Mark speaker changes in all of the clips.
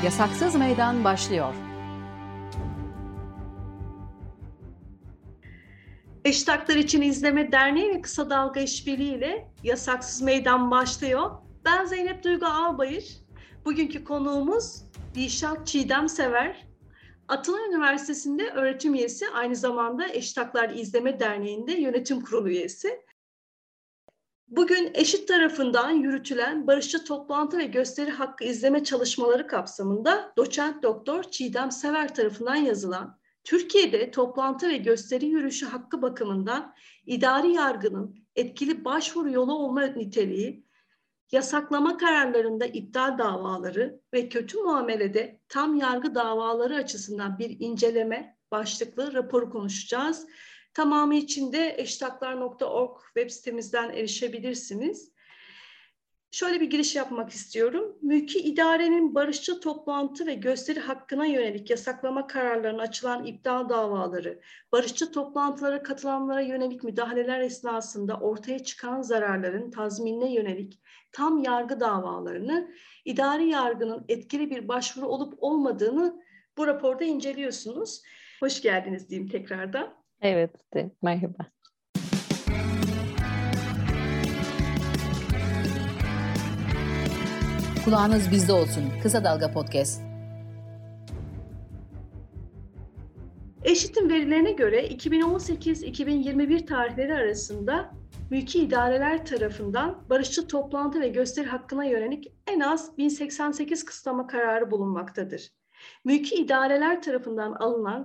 Speaker 1: Yasaksız Meydan başlıyor.
Speaker 2: Eşit Haklar İçin İzleme Derneği ve Kısa Dalga İşbirliği ile Yasaksız Meydan başlıyor. Ben Zeynep Duygu Ağbayır. Bugünkü konuğumuz Dilşat Çiğdem Sever. Atılay Üniversitesi'nde öğretim üyesi, aynı zamanda Eşit Haklar İzleme Derneği'nde yönetim kurulu üyesi. Bugün eşit tarafından yürütülen barışçı toplantı ve gösteri hakkı izleme çalışmaları kapsamında doçent doktor Çiğdem Sever tarafından yazılan Türkiye'de toplantı ve gösteri yürüyüşü hakkı bakımından idari yargının etkili başvuru yolu olma niteliği, yasaklama kararlarında iptal davaları ve kötü muamelede tam yargı davaları açısından bir inceleme başlıklı raporu konuşacağız. Tamamı için de eşitaklar.org web sitemizden erişebilirsiniz. Şöyle bir giriş yapmak istiyorum. Mülki idarenin barışçı toplantı ve gösteri hakkına yönelik yasaklama kararlarına açılan iptal davaları, barışçı toplantılara katılanlara yönelik müdahaleler esnasında ortaya çıkan zararların tazminine yönelik tam yargı davalarını, idari yargının etkili bir başvuru olup olmadığını bu raporda inceliyorsunuz. Hoş geldiniz diyeyim tekrardan.
Speaker 3: Evet, merhaba.
Speaker 1: Kulağınız bizde olsun. Kısa Dalga Podcast.
Speaker 2: Eşit'in verilerine göre 2018-2021 tarihleri arasında mülki idareler tarafından barışçı toplantı ve gösteri hakkına yönelik en az 1088 kısıtlama kararı bulunmaktadır. Mülki idareler tarafından alınan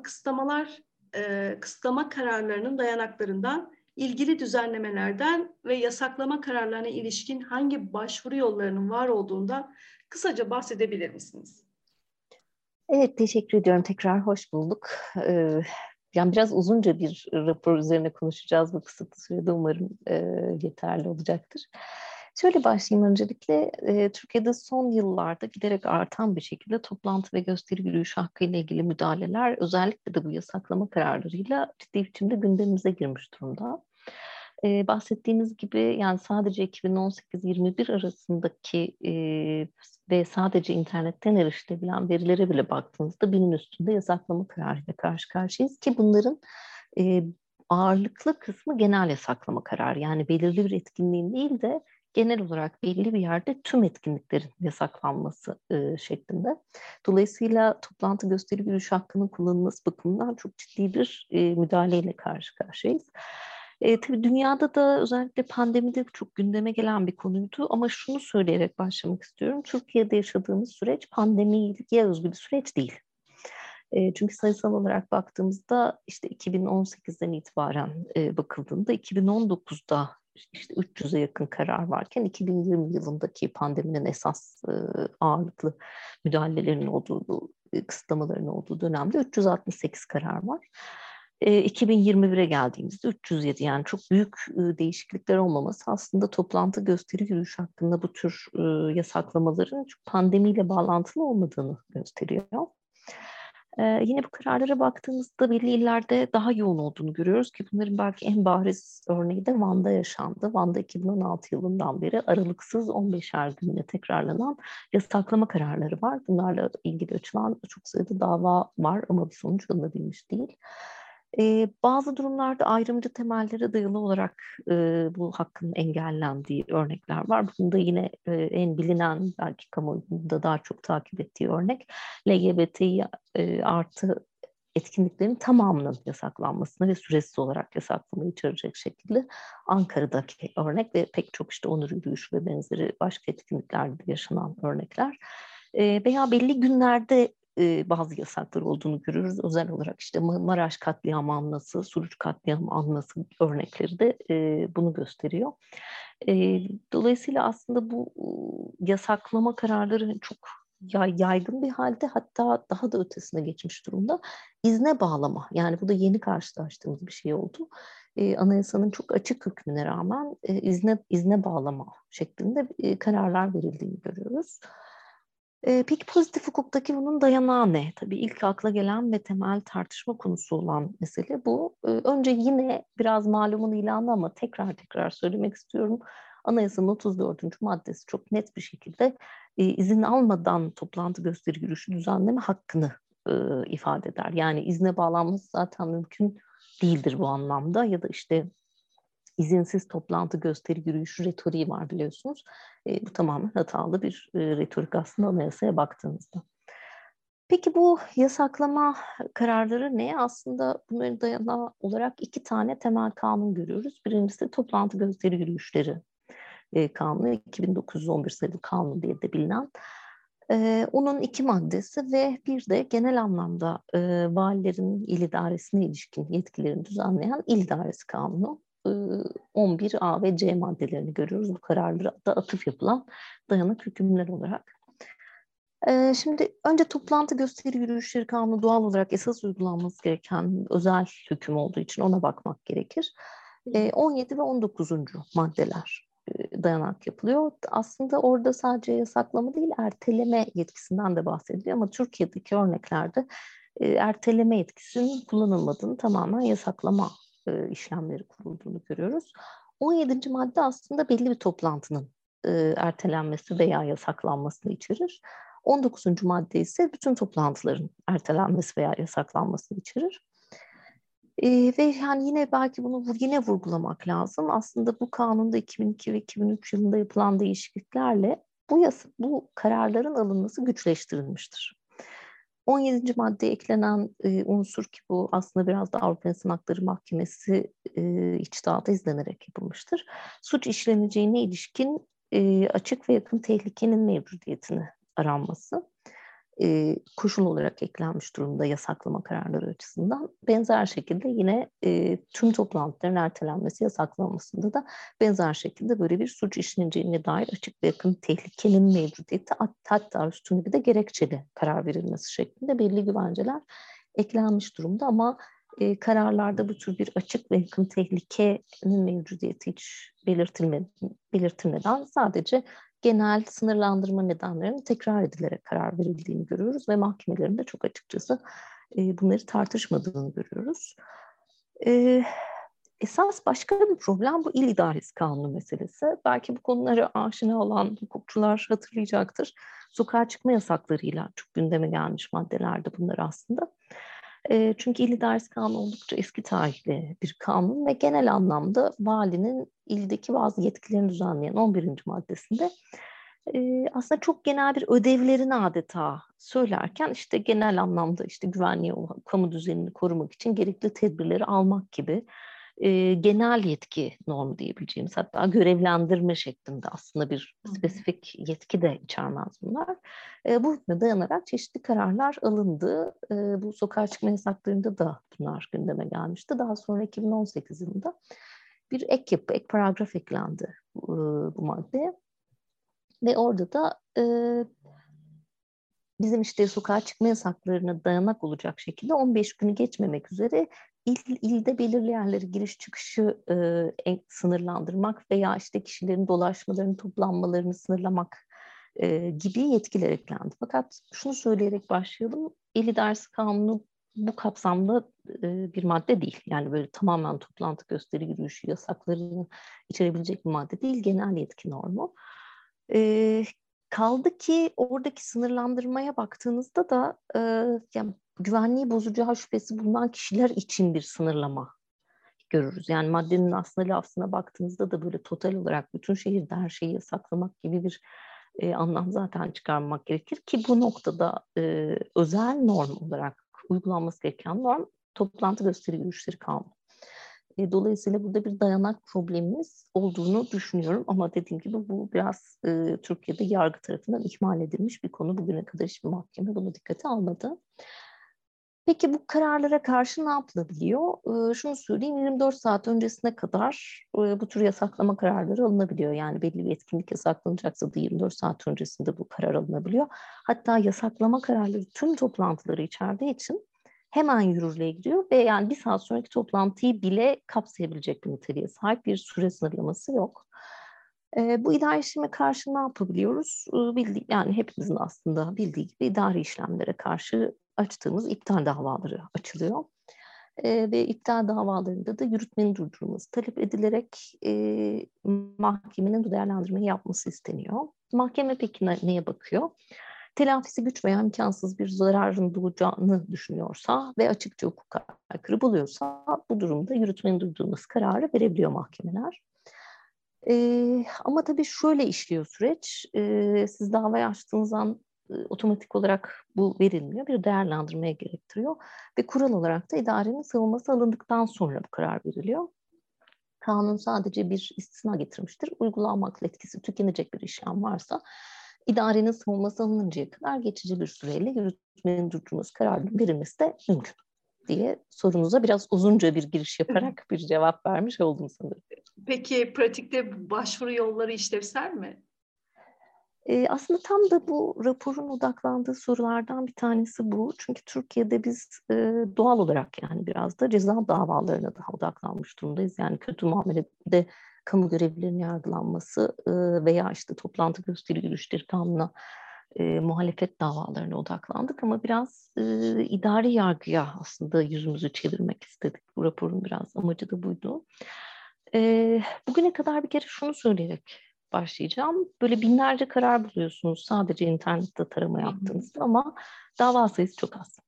Speaker 2: kısıtlama kararlarının dayanaklarından, ilgili düzenlemelerden ve yasaklama kararlarına ilişkin hangi başvuru yollarının var olduğundan kısaca bahsedebilir misiniz?
Speaker 3: Evet, teşekkür ediyorum. Tekrar hoş bulduk. Yani biraz uzunca bir rapor üzerine konuşacağız bu kısıtlı sürede. Umarım yeterli olacaktır. Şöyle başlayayım öncelikle. Türkiye'de son yıllarda giderek artan bir şekilde toplantı ve gösteri yürüyüşü hakkı ile ilgili müdahaleler, özellikle de bu yasaklama kararlarıyla ciddi biçimde gündemimize girmiş durumda. Bahsettiğiniz gibi yani sadece 2018-21 arasındaki ve sadece internetten erişilebilen verilere bile baktığınızda binin üstünde yasaklama kararıyla karşı karşıyayız ki bunların ağırlıklı kısmı genel yasaklama kararı. Yani belirli bir etkinliğin değil de genel olarak belli bir yerde tüm etkinliklerin yasaklanması şeklinde. Dolayısıyla toplantı gösteri yürüyüş hakkının kullanılması bakımından çok ciddi bir müdahaleyle karşı karşıyayız. Tabii dünyada da özellikle pandemide çok gündeme gelen bir konuydu ama şunu söyleyerek başlamak istiyorum. Türkiye'de yaşadığımız süreç pandemiye özgü bir süreç değil. Çünkü sayısal olarak baktığımızda işte 2018'den itibaren bakıldığında 2019'da işte 300'e yakın karar varken 2020 yılındaki pandeminin esas ağırlıklı müdahalelerin olduğu, kısıtlamaların olduğu dönemde 368 karar var. 2021'e geldiğimizde 307, yani çok büyük değişiklikler olmaması aslında toplantı gösteri yürüyüş hakkında bu tür yasaklamaların çok pandemiyle bağlantılı olmadığını gösteriyor. Yine bu kararlara baktığımızda belli illerde daha yoğun olduğunu görüyoruz ki bunların belki en bariz örneği de Van'da yaşandı. Van'da 2016 yılından beri aralıksız 15'er günde tekrarlanan yasaklama kararları var. Bunlarla ilgili açılan çok sayıda dava var ama bir sonuç alınabilmiş değil. Bazı durumlarda ayrımcı temellere dayalı olarak bu hakkın engellendiği örnekler var. Bunda yine en bilinen, belki kamuoyunda daha çok takip ettiği örnek LGBTİ artı etkinliklerin tamamının yasaklanmasına ve süresiz olarak yasaklamayı içerecek şekilde Ankara'daki örnek ve pek çok işte onur yürüyüşü ve benzeri başka etkinliklerde yaşanan örnekler. Veya belli günlerde bazı yasaklar olduğunu görüyoruz. Özel olarak işte Maraş katliamı anması, Suruç katliamı anması örnekleri de bunu gösteriyor. Dolayısıyla aslında bu yasaklama kararları çok yaygın bir halde, hatta daha da ötesine geçmiş durumda. İzne bağlama, yani bu da yeni karşılaştığımız bir şey oldu. Anayasanın çok açık hükmüne rağmen izne bağlama şeklinde kararlar verildiğini görüyoruz. Peki pozitif hukuktaki bunun dayanağı ne? Tabii ilk akla gelen ve temel tartışma konusu olan mesele bu. Önce yine biraz malumun ilanı ama tekrar söylemek istiyorum. Anayasanın 34. maddesi çok net bir şekilde izin almadan toplantı, gösteri, yürüyüşü düzenleme hakkını ifade eder. Yani izne bağlanması zaten mümkün değildir bu anlamda, ya da işte izinsiz toplantı, gösteri, yürüyüş retoriği var biliyorsunuz. Bu tamamen hatalı bir retorik aslında anayasaya baktığınızda. Peki bu yasaklama kararları ne? Aslında bunların dayanağı olarak 2 tane temel kanun görüyoruz. Birincisi toplantı, gösteri, yürüyüşleri kanunu, 2911 sayılı kanun diye de bilinen. Onun 2 maddesi ve bir de genel anlamda valilerin il idaresine ilişkin yetkilerini düzenleyen il idaresi kanunu. 11A ve C maddelerini görüyoruz. Bu kararlara da atıf yapılan dayanak hükümler olarak. Şimdi önce toplantı, gösteri, yürüyüşleri kanunu doğal olarak esas uygulanması gereken özel hüküm olduğu için ona bakmak gerekir. 17 ve 19. maddeler dayanak yapılıyor. Aslında orada sadece yasaklama değil, erteleme yetkisinden de bahsediliyor ama Türkiye'deki örneklerde erteleme yetkisinin kullanılmadığını, tamamen yasaklama işlemleri kurulduğunu görüyoruz. 17. madde aslında belli bir toplantının ertelenmesi veya yasaklanmasını içerir. 19. madde ise bütün toplantıların ertelenmesi veya yasaklanmasını içerir. Ve yani yine belki bunu yine vurgulamak lazım. Aslında bu kanunda 2002 ve 2003 yılında yapılan değişikliklerle bu kararların alınması güçleştirilmiştir. 17. maddeye eklenen unsur, ki bu aslında biraz da Avrupa İnsan Hakları Mahkemesi içtihatı izlenerek yapılmıştır. Suç işleneceğine ilişkin açık ve yakın tehlikenin mevcudiyetini aranması koşul olarak eklenmiş durumda yasaklama kararları açısından. Benzer şekilde yine tüm toplantıların ertelenmesi, yasaklanmasında da benzer şekilde böyle bir suç işleneceğine dair açık ve yakın tehlikenin mevcudiyeti, hatta üstüne bir de gerekçeli karar verilmesi şeklinde belli güvenceler eklenmiş durumda, ama kararlarda bu tür bir açık ve yakın tehlikenin mevcudiyeti hiç belirtilmeden sadece genel sınırlandırma nedenlerinin tekrar edilerek karar verildiğini görüyoruz ve mahkemelerin de çok açıkçası bunları tartışmadığını görüyoruz. Esas başka bir problem bu il idaresi kanunu meselesi. Belki bu konulara aşina olan hukukçular hatırlayacaktır. Sokağa çıkma yasaklarıyla çok gündeme gelmiş maddelerdi bunlar aslında. Çünkü il idaresi kanunu oldukça eski tarihli bir kanun ve genel anlamda valinin ildeki bazı yetkilerini düzenleyen 11. maddesinde aslında çok genel bir ödevlerini adeta söylerken, işte genel anlamda işte güvenliği, kamu düzenini korumak için gerekli tedbirleri almak gibi genel yetki normu diyebileceğimiz, hatta görevlendirme şeklinde aslında bir spesifik yetki de içermez bunlar. Bu hükme dayanarak çeşitli kararlar alındı. Bu sokağa çıkma yasaklarında da bunlar gündeme gelmişti. Daha sonra 2018 yılında bir ek paragraf eklendi bu maddeye. Ve orada da bizim işte sokağa çıkma yasaklarına dayanak olacak şekilde 15 günü geçmemek üzere ilde belirli yerleri giriş çıkışı sınırlandırmak veya işte kişilerin dolaşmalarını, toplanmalarını sınırlamak gibi yetkiler eklendi. Fakat şunu söyleyerek başlayalım, il idaresi kanunu bu kapsamda bir madde değil. Yani böyle tamamen toplantı, gösteri, yürüyüşü yasaklarını içerebilecek bir madde değil, genel yetki normu. Kaldı ki oradaki sınırlandırmaya baktığınızda da yani güvenliği bozacağı şüphesi bulunan kişiler için bir sınırlama görürüz. Yani maddenin aslına baktığınızda da böyle total olarak bütün şehirde her şeyi yasaklamak gibi bir anlam zaten çıkarmak gerekir ki bu noktada özel norm olarak uygulanması gereken norm toplantı, gösteri, yürüyüşleri kanunu. Dolayısıyla burada bir dayanak problemimiz olduğunu düşünüyorum. Ama dediğim gibi bu biraz Türkiye'de yargı tarafından ihmal edilmiş bir konu. Bugüne kadar hiçbir mahkeme bunu dikkate almadı. Peki bu kararlara karşı ne yapılabiliyor? Şunu söyleyeyim, 24 saat öncesine kadar bu tür yasaklama kararları alınabiliyor. Yani belli bir etkinlik yasaklanacaksa da 24 saat öncesinde bu karar alınabiliyor. Hatta yasaklama kararları tüm toplantıları içerdiği için hemen yürürlüğe giriyor ve yani bir saat sonraki toplantıyı bile kapsayabilecek bir niteliğe sahip, bir süre sınırlaması yok. Bu idari işleme karşı ne yapabiliyoruz? Yani hepimizin aslında bildiği gibi idari işlemlere karşı açtığımız iptal davaları açılıyor. Ve iptal davalarında da yürütmenin durdurulması talep edilerek mahkemenin bu değerlendirmeyi yapması isteniyor. Mahkeme peki neye bakıyor? Telafisi güç veya imkansız bir zararın doğacağını düşünüyorsa ve açıkça hukuka aykırı buluyorsa bu durumda yürütmenin durdurulması kararı verebiliyor mahkemeler. Ama tabii şöyle işliyor süreç. Siz davayı açtığınız an otomatik olarak bu verilmiyor. Bir değerlendirmeye gerektiriyor. Ve kural olarak da idarenin savunması alındıktan sonra bu karar veriliyor. Kanun sadece bir istisna getirmiştir. Uygulanmakla etkisi tükenecek bir işlem varsa idarenin savunması alınıncaya kadar geçici bir süreyle yürütmenin durdurulması kararının verilmesi de mümkün diye sorunuza biraz uzunca bir giriş yaparak bir cevap vermiş oldum sanırım.
Speaker 2: Peki pratikte başvuru yolları işlevsel mi?
Speaker 3: Aslında tam da bu raporun odaklandığı sorulardan bir tanesi bu. Çünkü Türkiye'de biz doğal olarak yani biraz da ceza davalarına daha odaklanmış durumdayız. Yani kötü muamelede kamu görevlilerinin yargılanması veya işte toplantı gösteri yürüyüşleri kanuna muhalefet davalarına odaklandık. Ama biraz idari yargıya aslında yüzümüzü çevirmek istedik. Bu raporun biraz amacı da buydu. Bugüne kadar bir kere şunu söyleyerek başlayacağım. Böyle binlerce karar buluyorsunuz sadece internette tarama yaptığınızda ama dava sayısı çok az.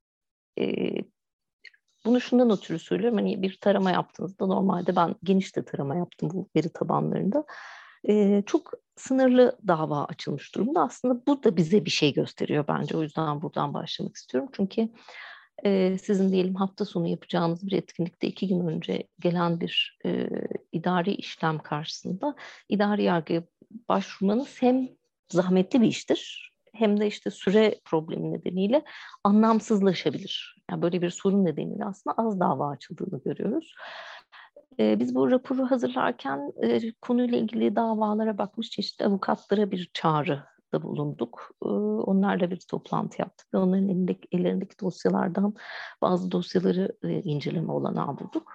Speaker 3: Bunu şundan ötürü söylüyorum. Hani bir tarama yaptığınızda normalde ben geniş de tarama yaptım bu veri tabanlarında. Çok sınırlı dava açılmış durumda. Aslında bu da bize bir şey gösteriyor bence. O yüzden buradan başlamak istiyorum. Çünkü sizin diyelim hafta sonu yapacağınız bir etkinlikte 2 gün önce gelen bir idari işlem karşısında idari yargıya başvurmanız hem zahmetli bir iştir hem de işte süre problemi nedeniyle anlamsızlaşabilir. Yani böyle bir sorun nedeniyle aslında az dava açıldığını görüyoruz. Biz bu raporu hazırlarken konuyla ilgili davalara bakmış çeşitli avukatlara bir çağrıda bulunduk. Onlarla bir toplantı yaptık ve onların ellerindeki dosyalardan bazı dosyaları inceleme olanağı bulduk.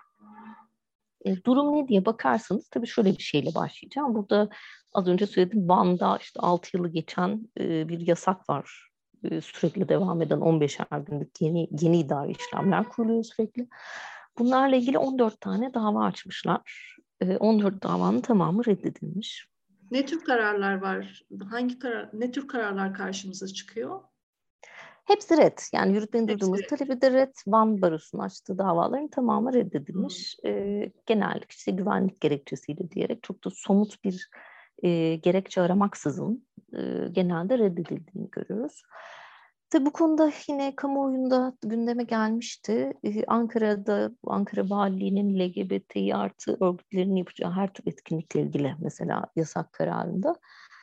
Speaker 3: Durum ne diye bakarsanız tabii şöyle bir şeyle başlayacağım. Burada az önce söyledim Van'da işte 6 yılı geçen bir yasak var. Sürekli devam eden 15'er günlük yeni idari işlemler kuruluyor sürekli. Bunlarla ilgili 14 tane dava açmışlar. 14 davanın tamamı reddedilmiş.
Speaker 2: Ne tür kararlar var? Ne tür kararlar karşımıza çıkıyor?
Speaker 3: Hepsi red. Yani yürütmenin
Speaker 2: Hepsi
Speaker 3: durdurulması
Speaker 2: red.
Speaker 3: talebi de red. Van Barosu'nun açtığı davaların tamamı reddedilmiş. Genellikle işte güvenlik gerekçesiyle diyerek çok da somut bir gerekçe aramaksızın genelde reddedildiğini görüyoruz. Tabii bu konuda yine kamuoyunda gündeme gelmişti. Ankara'da Ankara Valiliği'nin LGBTİ artı örgütlerinin yapacağı her tür etkinlikle ilgili mesela yasak kararında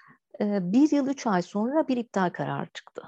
Speaker 3: 1 yıl 3 ay sonra bir iptal kararı çıktı.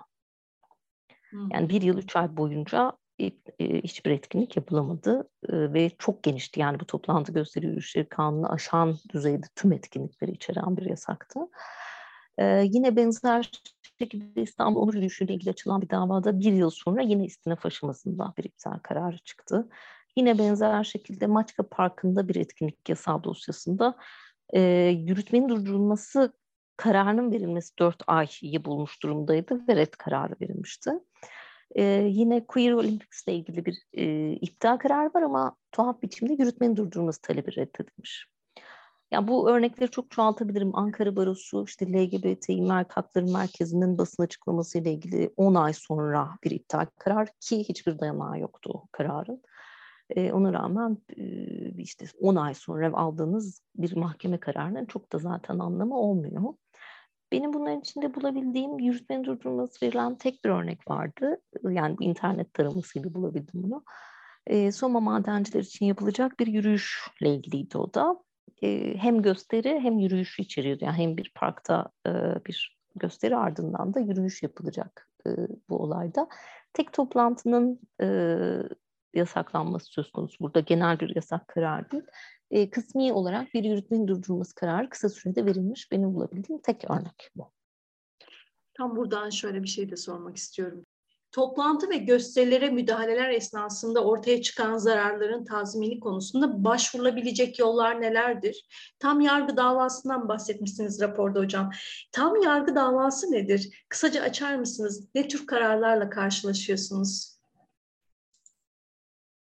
Speaker 3: Yani 1 yıl 3 ay boyunca hiçbir etkinlik yapılamadı ve çok genişti. Yani bu toplantı gösteri yürüyüşleri kanunu aşan düzeyde tüm etkinlikleri içeren bir yasaktı. Yine benzer şekilde İstanbul Onur Yürüyüşü ile ilgili açılan bir davada 1 yıl sonra yine istinaf aşamasında bir iptal kararı çıktı. Yine benzer şekilde Maçka Parkı'nda bir etkinlik yasağı dosyasında yürütmenin durdurulması kararının verilmesi 4 ayı bulmuş durumdaydı ve red kararı verilmişti. Yine Queer Olympics ile ilgili bir iptal kararı var ama tuhaf biçimde yürütmenin durdurulması talebi reddedilmiş. Yani bu örnekleri çok çoğaltabilirim. Ankara Barosu işte LGBT Hakları Merkezi'nin basın açıklaması ile ilgili 10 ay sonra bir iptal kararı ki hiçbir dayanağı yoktu o kararın. Ona rağmen işte 10 ay sonra aldığınız bir mahkeme kararının çok da zaten anlamı olmuyor. Benim bunların içinde bulabildiğim yürütmenin durdurulması verilen tek bir örnek vardı. Yani bu internet taramasıyla bulabildim bunu. Soma madenciler için yapılacak bir yürüyüşle ilgiliydi o da. Hem gösteri hem yürüyüşü içeriyordu. Yani hem bir parkta bir gösteri ardından da yürüyüş yapılacak bu olayda. Tek toplantının yasaklanması söz konusu. Burada genel bir yasak kararı değil. Kısmi olarak bir yürütmenin durdurulması kararı kısa sürede verilmiş. Benim bulabildiğim tek örnek bu.
Speaker 2: Tam buradan şöyle bir şey de sormak istiyorum. Toplantı ve gösterilere müdahaleler esnasında ortaya çıkan zararların tazmini konusunda başvurulabilecek yollar nelerdir? Tam yargı davasından bahsetmişsiniz raporda hocam. Tam yargı davası nedir? Kısaca açar mısınız? Ne tür kararlarla karşılaşıyorsunuz?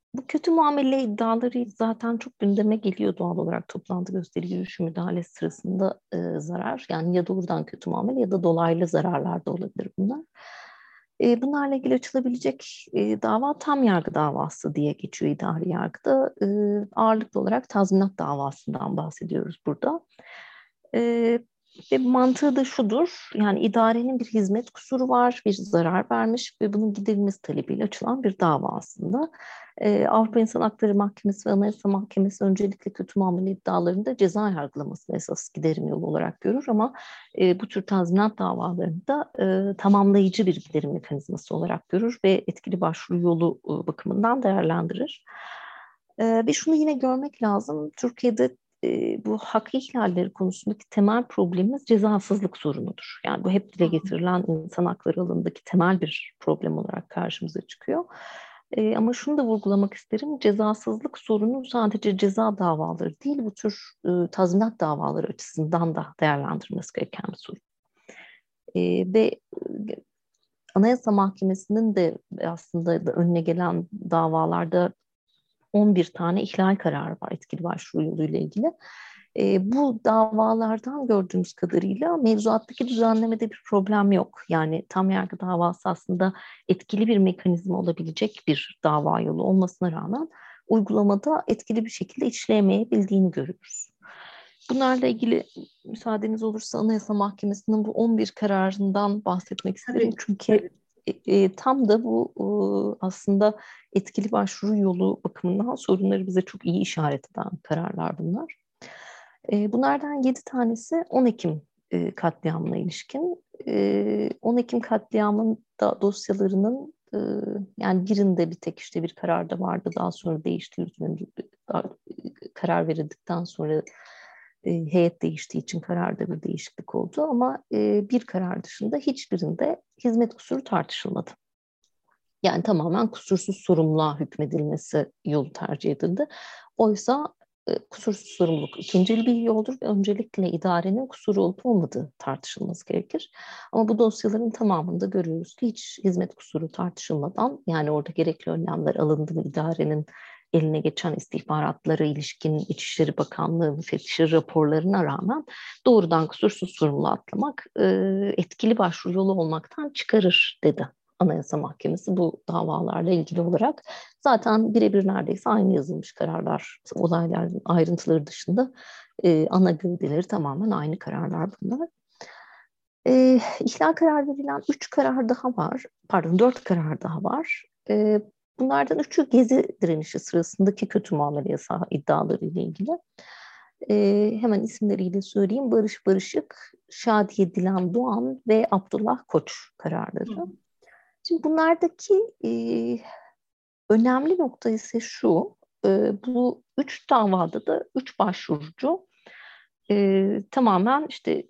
Speaker 3: Bu kötü muamele iddiaları zaten çok gündeme geliyor doğal olarak toplantı, gösteri, yürüyüş, müdahale sırasında zarar. Yani ya doğrudan kötü muamele ya da dolaylı zararlar da olabilir bunlar. Bunlarla ilgili açılabilecek dava tam yargı davası diye geçiyor idari yargıda. Ağırlıklı olarak tazminat davasından bahsediyoruz burada. Ve mantığı da şudur, yani idarenin bir hizmet kusuru var, bir zarar vermiş ve bunun giderilmesi talebiyle açılan bir dava aslında. Avrupa İnsan Hakları Mahkemesi ve Anayasa Mahkemesi öncelikle kötü muamele iddialarında ceza yargılamasını esas giderim yolu olarak görür ama bu tür tazminat davalarında tamamlayıcı bir giderim mekanizması olarak görür ve etkili başvuru yolu bakımından değerlendirir. Ve şunu yine görmek lazım, Türkiye'de bu hak ihlalleri konusundaki temel problemimiz cezasızlık sorunudur. Yani bu hep dile getirilen insan hakları alanındaki temel bir problem olarak karşımıza çıkıyor. Ama şunu da vurgulamak isterim, cezasızlık sorunu sadece ceza davaları değil, bu tür tazminat davaları açısından da değerlendirilmesi gereken bir sorun. Ve Anayasa Mahkemesi'nin de aslında önüne gelen davalarda 11 tane ihlal kararı var etkili başvuru yoluyla ilgili. Bu davalardan gördüğümüz kadarıyla mevzuattaki düzenlemede bir problem yok. Yani tam yargı davası aslında etkili bir mekanizma olabilecek bir dava yolu olmasına rağmen uygulamada etkili bir şekilde işleyemeyebildiğini görüyoruz. Bunlarla ilgili müsaadeniz olursa Anayasa Mahkemesi'nin bu 11 kararından bahsetmek isterim.
Speaker 2: Tabii.
Speaker 3: Çünkü tam da bu aslında etkili başvuru yolu bakımından sorunları bize çok iyi işaret eden kararlar bunlar. Bunlardan 7 tanesi 10 Ekim katliamına ilişkin. 10 Ekim katliamın da dosyalarının yani birinde bir tek işte bir kararda vardı. Daha sonra değişti, karar verildikten sonra heyet değiştiği için kararda bir değişiklik oldu ama bir karar dışında hiçbirinde hizmet kusuru tartışılmadı. Yani tamamen kusursuz sorumluluğa hükmedilmesi yolu tercih edildi. Oysa kusursuz sorumluluk ikincil bir yoldur ve öncelikle idarenin kusuru olup olmadığı tartışılması gerekir. Ama bu dosyaların tamamında görüyoruz ki hiç hizmet kusuru tartışılmadan, yani orada gerekli önlemler alındı mı, idarenin eline geçen istihbaratlara ilişkin İçişleri Bakanlığı müfettişi raporlarına rağmen doğrudan kusursuz sorumluluğu atlamak etkili başvuru yolu olmaktan çıkarır dedi Anayasa Mahkemesi bu davalarla ilgili olarak. Zaten birebir neredeyse aynı yazılmış kararlar, olayların ayrıntıları dışında ana gövdeleri tamamen aynı kararlar bunlar. İhlal kararı verilen 3 karar daha var, pardon 4 karar daha var. Bunlardan 3'ü Gezi direnişi sırasındaki kötü muamele yasağı iddiaları ile ilgili. Hemen isimleriyle söyleyeyim. Barış Barışık, Şadiye Dilan Doğan ve Abdullah Koç kararları. Şimdi bunlardaki önemli nokta ise şu, bu 3 davada da 3 başvurucu tamamen işte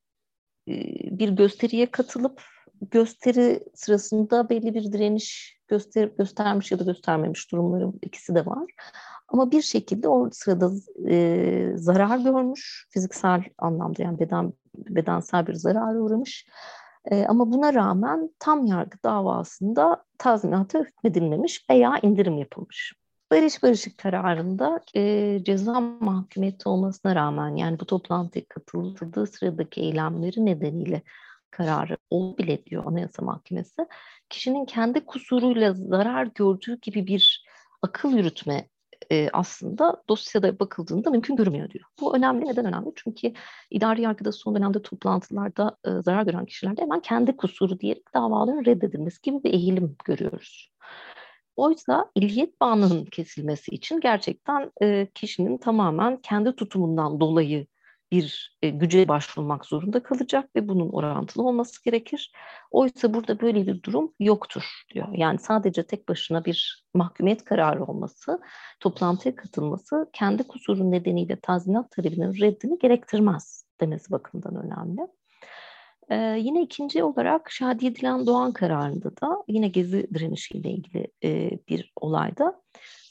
Speaker 3: bir gösteriye katılıp gösteri sırasında belli bir direniş göstermiş ya da göstermemiş durumları ikisi de var. Ama bir şekilde o sırada zarar görmüş, fiziksel anlamda yani bedensel bir zarara uğramış. Ama buna rağmen tam yargı davasında tazminata hükmedilmemiş veya indirim yapılmış. Barış Barışık kararında ceza mahkumiyeti olmasına rağmen, yani bu toplantıya katıldığı sıradaki eylemleri nedeniyle kararı ol bile diyor Anayasa Mahkemesi, kişinin kendi kusuruyla zarar gördüğü gibi bir akıl yürütme aslında dosyada bakıldığında mümkün görünmüyor diyor. Bu önemli. Neden önemli? Çünkü idari yargıda son dönemde toplantılarda zarar gören kişilerde hemen kendi kusuru diyerek davaların reddedilmesi gibi bir eğilim görüyoruz. Oysa illiyet bağının kesilmesi için gerçekten kişinin tamamen kendi tutumundan dolayı bir güce başvurmak zorunda kalacak ve bunun orantılı olması gerekir. Oysa burada böyle bir durum yoktur diyor. Yani sadece tek başına bir mahkumiyet kararı olması, toplantıya katılması kendi kusuru nedeniyle tazminat talebinin reddini gerektirmez demesi bakımından önemli. Yine ikinci olarak Şadiye Dilan Doğan kararında da yine Gezi direnişiyle ilgili bir olayda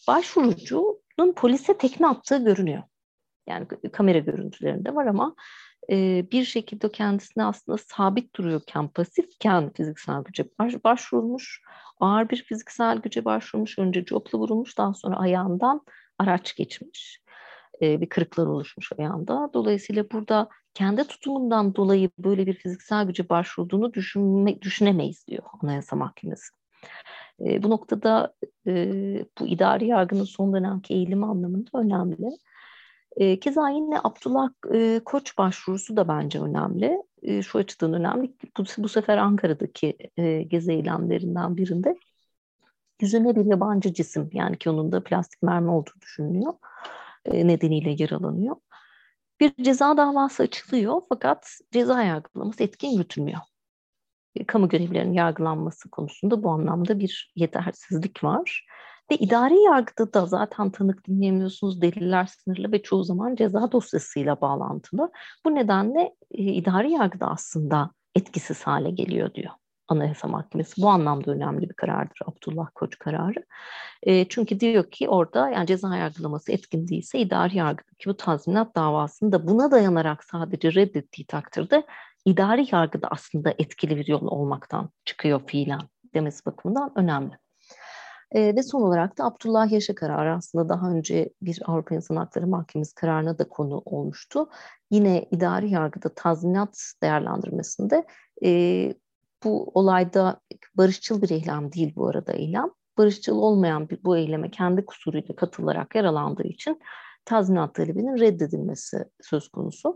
Speaker 3: başvurucunun polise tekme attığı görünüyor. Yani kamera görüntülerinde var ama Bir şekilde kendisine aslında sabit duruyorken, pasifken fiziksel güce başvurmuş. Ağır bir fiziksel güce başvurmuş. Önce copla vurulmuş, daha sonra ayağından araç geçmiş. Bir kırıklar oluşmuş ayağında. Dolayısıyla burada kendi tutumundan dolayı böyle bir fiziksel güce başvurduğunu düşünemeyiz diyor Anayasa Mahkemesi. Bu noktada bu idari yargının son dönemki eğilimi anlamında önemli. Keza yine Abdullah Koç başvurusu da bence önemli. Şu açıdan önemli. Bu sefer Ankara'daki gezi eylemlerinden birinde yüzüne bir yabancı cisim, yani ki onun da plastik mermi olduğu düşünülüyor, nedeniyle yaralanıyor. Bir ceza davası açılıyor fakat ceza yargılaması etkin yürütülmüyor. Kamu görevlilerinin yargılanması konusunda bu anlamda bir yetersizlik var. Ve idari yargıda da zaten tanık dinleyemiyorsunuz, deliller sınırlı ve çoğu zaman ceza dosyasıyla bağlantılı. Bu nedenle idari yargıda aslında etkisiz hale geliyor diyor Anayasa Mahkemesi. Bu anlamda önemli bir karardır Abdullah Koç kararı. Çünkü diyor ki orada, yani ceza yargılaması etkin değilse idari yargıdaki bu tazminat davasını da buna dayanarak sadece reddettiği takdirde idari yargıda aslında etkili bir yol olmaktan çıkıyor fiilen demesi bakımından önemli. Ve son olarak da Abdullah Yaşa kararı aslında daha önce bir Avrupa İnsan Hakları Mahkemesi kararına da konu olmuştu. Yine idari yargıda tazminat değerlendirmesinde bu olayda barışçıl bir eylem değil bu arada eylem. Barışçıl olmayan bu eyleme kendi kusuruyla katılarak yaralandığı için tazminat talebinin reddedilmesi söz konusu.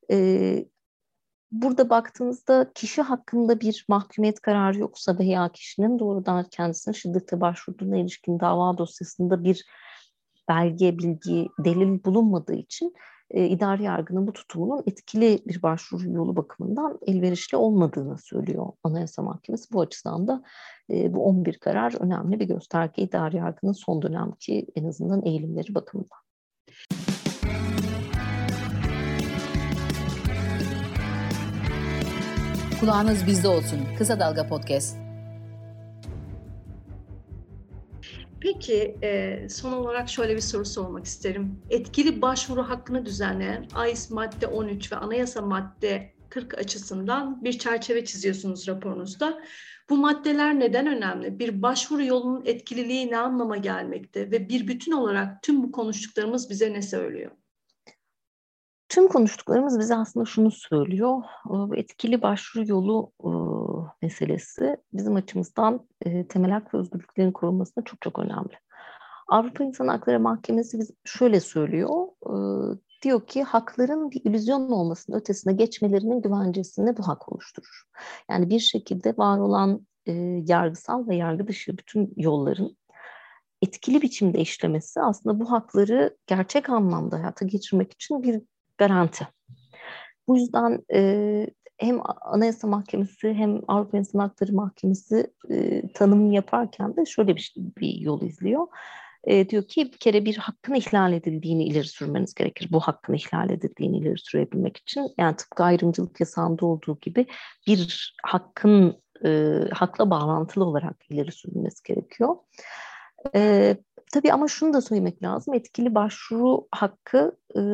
Speaker 3: Burada baktığımızda kişi hakkında bir mahkumiyet kararı yoksa veya kişinin doğrudan kendisine şiddete başvurduğuna ilişkin dava dosyasında bir belge, bilgi, delil bulunmadığı için idari yargının bu tutumunun etkili bir başvuru yolu bakımından elverişli olmadığını söylüyor Anayasa Mahkemesi. Bu açıdan da bu 11 karar önemli bir gösterge idari yargının son dönemki en azından eğilimleri bakımından.
Speaker 1: Kulağınız bizde olsun. Kısa Dalga Podcast.
Speaker 2: Peki son olarak şöyle bir soru sormak isterim. Etkili başvuru hakkını düzenleyen AİS madde 13 ve anayasa madde 40 açısından bir çerçeve çiziyorsunuz raporunuzda. Bu maddeler neden önemli? Bir başvuru yolunun etkililiği ne anlama gelmekte ve bir bütün olarak tüm bu konuştuklarımız bize ne söylüyor?
Speaker 3: Tüm konuştuklarımız bize aslında şunu söylüyor. Etkili başvuru yolu meselesi bizim açımızdan temel hak ve özgürlüklerin korunmasında çok çok önemli. Avrupa İnsan Hakları Mahkemesi şöyle söylüyor. Diyor ki hakların bir illüzyon olmasının ötesine geçmelerinin güvencesini bu hak oluşturur. Yani bir şekilde var olan yargısal ve yargı dışı bütün yolların etkili biçimde işlemesi aslında bu hakları gerçek anlamda hayata geçirmek için bir garanti. Bu yüzden hem Anayasa Mahkemesi hem Avrupa İnsan Hakları Mahkemesi tanımını yaparken de şöyle bir yol izliyor. Diyor ki bir kere bir hakkın ihlal edildiğini ileri sürmeniz gerekir. Bu hakkın ihlal edildiğini ileri sürebilmek için, yani tıpkı ayrımcılık yasağında olduğu gibi bir hakkın hakla bağlantılı olarak ileri sürülmesi gerekiyor. Tabii ama şunu da söylemek lazım. Etkili başvuru hakkı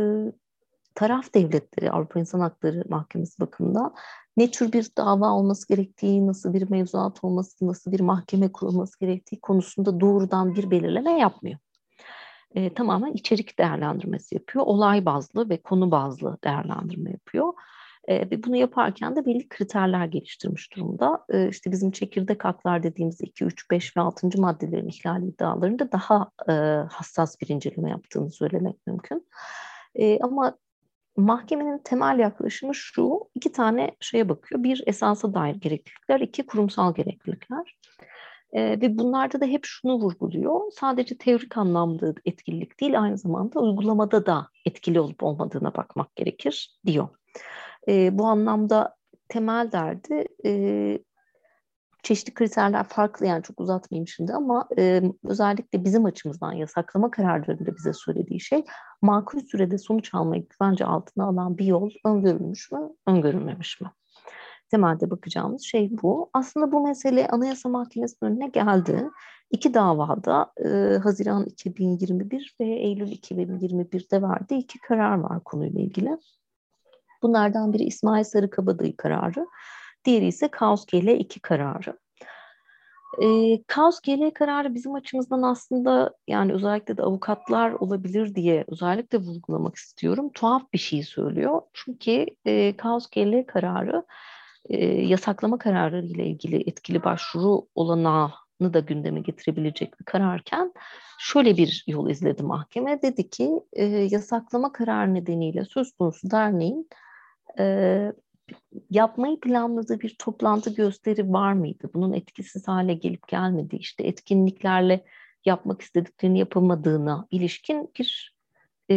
Speaker 3: taraf devletleri, Avrupa İnsan Hakları Mahkemesi bakımından ne tür bir dava olması gerektiği, nasıl bir mevzuat olması, nasıl bir mahkeme kurulması gerektiği konusunda doğrudan bir belirleme yapmıyor. Tamamen içerik değerlendirmesi yapıyor. Olay bazlı ve konu bazlı değerlendirme yapıyor. Ve bunu yaparken de belli kriterler geliştirmiş durumda. İşte bizim çekirdek haklar dediğimiz 2, 3, 5 ve 6. maddelerin ihlal iddialarında daha hassas bir inceleme yaptığını söylemek mümkün. Ama mahkemenin temel yaklaşımı şu: 2 tane şeye bakıyor. Bir, esasa dair gereklilikler, 2, kurumsal gereklilikler. Ve bunlarda da hep şunu vurguluyor: sadece teorik anlamda etkililik değil, aynı zamanda uygulamada da etkili olup olmadığına bakmak gerekir diyor. Bu anlamda temel derdi çeşitli kriterler farklı, yani çok uzatmayayım şimdi ama özellikle bizim açımızdan yasaklama kararlarında bize söylediği şey, makul sürede sonuç almayı güvence altına alan bir yol öngörülmüş mü, öngörülmemiş mi? Temelde bakacağımız şey bu. Aslında bu mesele Anayasa Mahkemesi'nin önüne geldi. 2 davada Haziran 2021 ve Eylül 2021'de verdiği 2 karar var konuyla ilgili. Bunlardan biri İsmail Sarıkabadayı kararı, diğeri ise Kaos GL2 kararı. Kaos GL kararı bizim açımızdan aslında, yani özellikle de avukatlar olabilir diye özellikle vurgulamak istiyorum. Tuhaf bir şey söylüyor. Çünkü Kaos GL kararı yasaklama kararı ile ilgili etkili başvuru olanağını da gündeme getirebilecek bir kararken şöyle bir yol izledi mahkeme. Dedi ki yasaklama kararı nedeniyle söz konusu derneğin yapmayı planladığı bir toplantı, gösteri var mıydı? Bunun etkisiz hale gelip gelmediği, işte etkinliklerle yapmak istediklerini yapamadığına ilişkin bir e,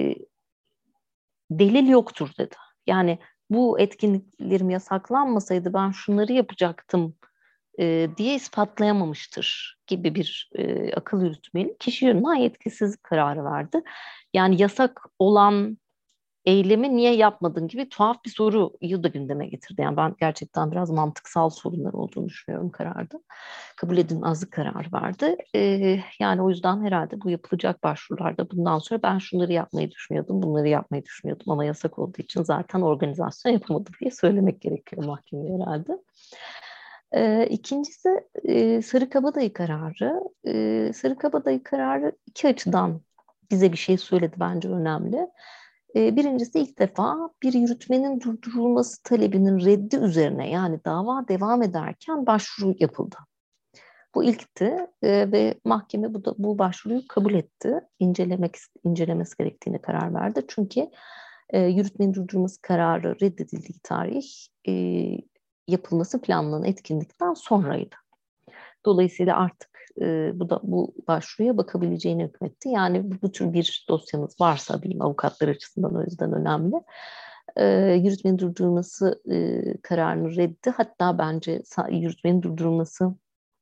Speaker 3: delil yoktur dedi. Yani bu etkinliklerim yasaklanmasaydı ben şunları yapacaktım diye ispatlayamamıştır gibi bir akıl yürütmeli kişi yönünden yetkisizlik kararı verdi. Yani yasak olan eylemi niye yapmadın gibi tuhaf bir soruyu da gündeme getirdi. Yani ben gerçekten biraz mantıksal sorunlar olduğunu düşünüyorum kararda. Kabul edilmezlik kararı verdi. Yani o yüzden herhalde bu yapılacak başvurularda bundan sonra ben şunları yapmayı düşünüyordum, bunları yapmayı düşünüyordum ama yasak olduğu için zaten organizasyon yapamadım diye söylemek gerekiyor mahkemeye herhalde. İkincisi Sarıkabadayı kararı. Sarıkabadayı kararı iki açıdan bize bir şey söyledi, bence önemli. Birincisi, ilk defa bir yürütmenin durdurulması talebinin reddi üzerine, yani dava devam ederken başvuru yapıldı. Bu ilkti ve mahkeme bu başvuruyu kabul etti. İncelemesi gerektiğine karar verdi. Çünkü yürütmenin durdurulması kararı reddedildiği tarih yapılması planlanan etkinlikten sonraydı. Dolayısıyla artık bu başvuruya bakabileceğine hükmetti. Yani bu tür bir dosyanız varsa diyeyim, avukatlar açısından o yüzden önemli. Yürütmenin durdurulması kararını reddi. Hatta bence yürütmenin durdurulması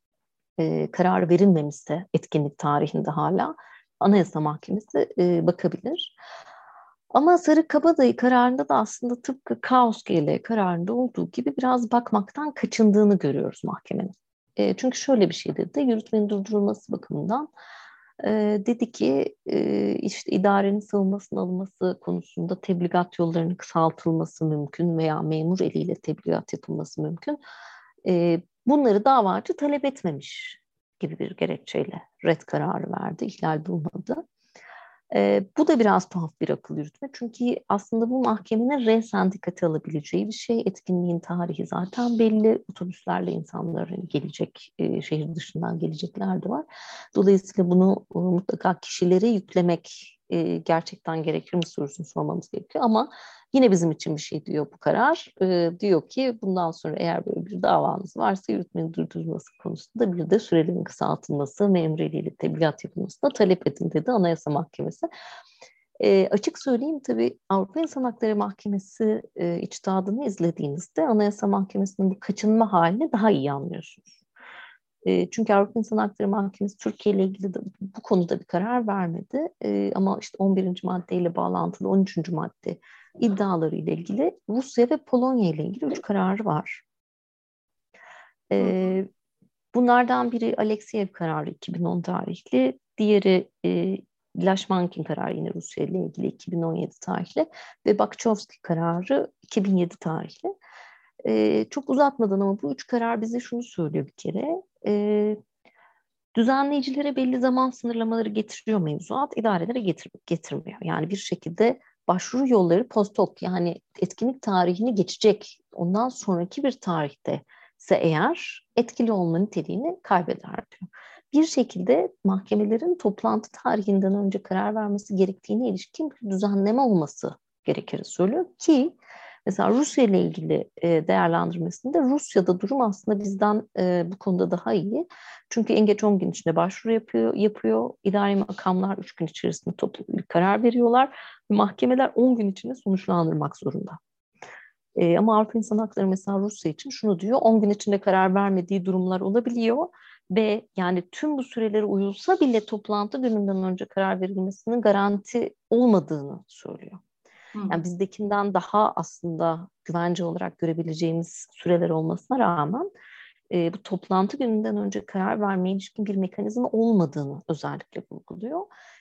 Speaker 3: kararı verilmemişse etkinlik tarihinde hala Anayasa Mahkemesi bakabilir. Ama Sarıkabadayı kararında da aslında tıpkı Kaos GL kararında olduğu gibi biraz bakmaktan kaçındığını görüyoruz mahkemenin. Çünkü şöyle bir şey dedi, yürütmenin durdurulması bakımından dedi ki işte idarenin savunmasının alınması konusunda tebligat yollarının kısaltılması mümkün veya memur eliyle tebligat yapılması mümkün. Bunları davacı talep etmemiş gibi bir gerekçeyle red kararı verdi, ihlal bulmadı. Bu da biraz tuhaf bir akıl yürütme. Çünkü aslında bu mahkemenin resen dikkate alabileceği bir şey. Etkinliğin tarihi zaten belli. Otobüslerle insanlar gelecek, şehir dışından gelecekler de var. Dolayısıyla bunu mutlaka kişilere yüklemek gerçekten gerekir mi sorusunu sormamız gerekiyor. Ama yine bizim için bir şey diyor bu karar. Diyor ki bundan sonra eğer böyle bir davanız varsa yürütmenin durdurulması konusunda bir de sürelerin kısaltılması, memuriyetiyle tebligat yapılmasına talep edin dedi Anayasa Mahkemesi. Açık söyleyeyim, tabii Avrupa İnsan Hakları Mahkemesi içtihadını izlediğinizde Anayasa Mahkemesi'nin bu kaçınma halini daha iyi anlıyorsunuz. Çünkü Avrupa İnsan Hakları Mahkemesi Türkiye ile ilgili de bu konuda bir karar vermedi. Ama işte 11. maddeyle bağlantılı 13. madde iddiaları ile ilgili Rusya ve Polonya ile ilgili 3 kararı var. Bunlardan biri Alexeyev kararı 2010 tarihli, diğeri Laşmankin kararı yine Rusya ile ilgili 2017 tarihli ve Bakçovski kararı 2007 tarihli. Çok uzatmadan ama bu 3 karar bize şunu söylüyor bir kere. Düzenleyicilere belli zaman sınırlamaları getiriyor mevzuat, idarelere getirmiyor. Yani bir şekilde başvuru yolları post hoc, yani etkinlik tarihini geçecek, ondan sonraki bir tarihte ise eğer etkili olma niteliğini kaybeder diyor. Bir şekilde mahkemelerin toplantı tarihinden önce karar vermesi gerektiğine ilişkin bir düzenleme olması gerekir söylüyor ki mesela Rusya ile ilgili değerlendirmesinde Rusya'da durum aslında bizden bu konuda daha iyi. Çünkü en geç 10 gün içinde başvuru yapıyor. İdari makamlar 3 gün içerisinde toplu bir karar veriyorlar. Mahkemeler 10 gün içinde sonuçlandırmak zorunda. Ama Avrupa İnsan Hakları mesela Rusya için şunu diyor: 10 gün içinde karar vermediği durumlar olabiliyor ve yani tüm bu sürelere uyulsa bile toplantı gününden önce karar verilmesinin garanti olmadığını söylüyor. Yani bizdekinden daha aslında güvence olarak görebileceğimiz süreler olmasına rağmen bu toplantı gününden önce karar vermeye ilişkin bir mekanizma olmadığını özellikle vurguluyor.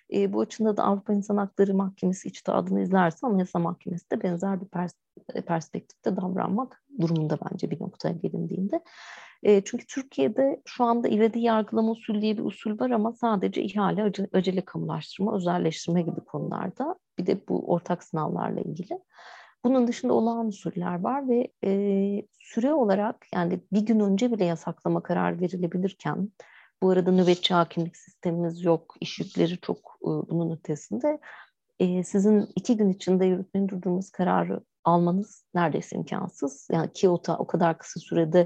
Speaker 3: Bu açıdan da Avrupa İnsan Hakları Mahkemesi içtihadını izlerse Anayasa Mahkemesi de benzer bir perspektifte davranmak durumunda bence bir noktaya gelindiğinde. Çünkü Türkiye'de şu anda ivedi yargılama usulü diye bir usul var ama sadece ihale, acele kamulaştırma, özelleştirme gibi konularda. Bir de bu ortak sınavlarla ilgili. Bunun dışında olağan usuller var ve süre olarak yani bir gün önce bile yasaklama kararı verilebilirken, bu arada nöbetçi hakimlik sistemimiz yok, iş yükleri çok bunun ötesinde. Sizin 2 gün içinde yürütmenin durdurması kararı almanız neredeyse imkansız. Yani ki o kadar kısa sürede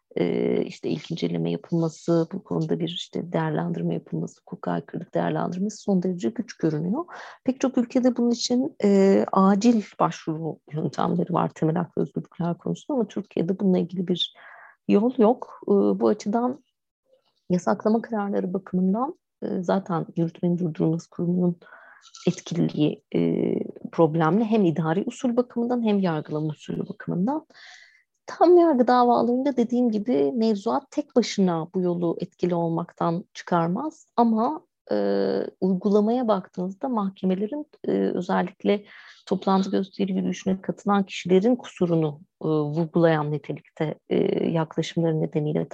Speaker 3: işte ilk inceleme yapılması, bu konuda bir işte değerlendirme yapılması, hukuka aykırılık değerlendirmesi son derece güç görünüyor. Pek çok ülkede bunun için acil başvuru yöntemleri var temel hak ve özgürlükler konusunda ama Türkiye'de bununla ilgili bir yol yok. Bu açıdan yasaklama kararları bakımından zaten yürütmenin durdurulması kurumunun etkililiği problemli hem idari usul bakımından hem yargılama usulü bakımından. Tam yargı davalarında dediğim gibi mevzuat tek başına bu yolu etkili olmaktan çıkarmaz ama uygulamaya baktığınızda mahkemelerin özellikle toplantı gösteri yürüyüşüne katılan kişilerin kusurunu vurgulayan nitelikte yaklaşımları nedeniyle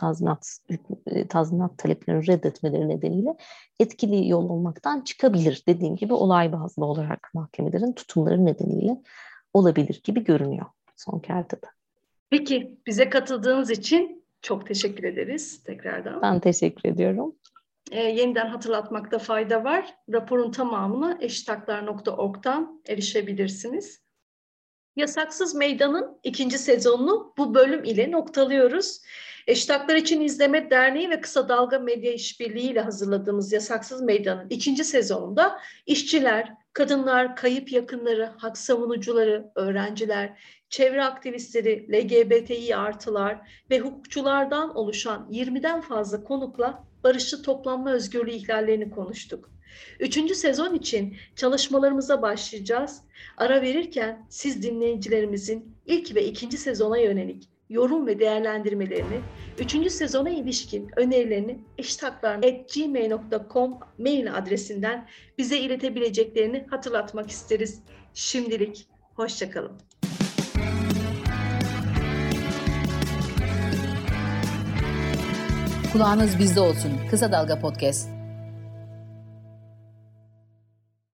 Speaker 3: tazminat taleplerini reddetmeleri nedeniyle etkili yol olmaktan çıkabilir. Dediğim gibi olay bazlı olarak mahkemelerin tutumları nedeniyle olabilir gibi görünüyor son kertede.
Speaker 2: Peki, bize katıldığınız için çok teşekkür ederiz tekrardan.
Speaker 3: Ben teşekkür ediyorum.
Speaker 2: Yeniden hatırlatmakta fayda var. Raporun tamamına eşitaklar.org'dan erişebilirsiniz. Yasaksız Meydan'ın 2. sezonunu bu bölüm ile noktalıyoruz. Eşitaklar için İzleme Derneği ve Kısa Dalga Medya İşbirliği ile hazırladığımız Yasaksız Meydan'ın 2. sezonunda işçiler, kadınlar, kayıp yakınları, hak savunucuları, öğrenciler, çevre aktivistleri, LGBTİ artılar ve hukukçulardan oluşan 20'den fazla konukla barışçı toplanma özgürlüğü ihlallerini konuştuk. 3. sezon için çalışmalarımıza başlayacağız. Ara verirken siz dinleyicilerimizin ilk ve 2. sezona yönelik yorum ve değerlendirmelerini, 3. sezona ilişkin önerilerini eşitaklar@gmail.com mail adresinden bize iletebileceklerini hatırlatmak isteriz. Şimdilik hoşça kalın.
Speaker 1: Kulağınız bizde olsun. Kısa Dalga Podcast.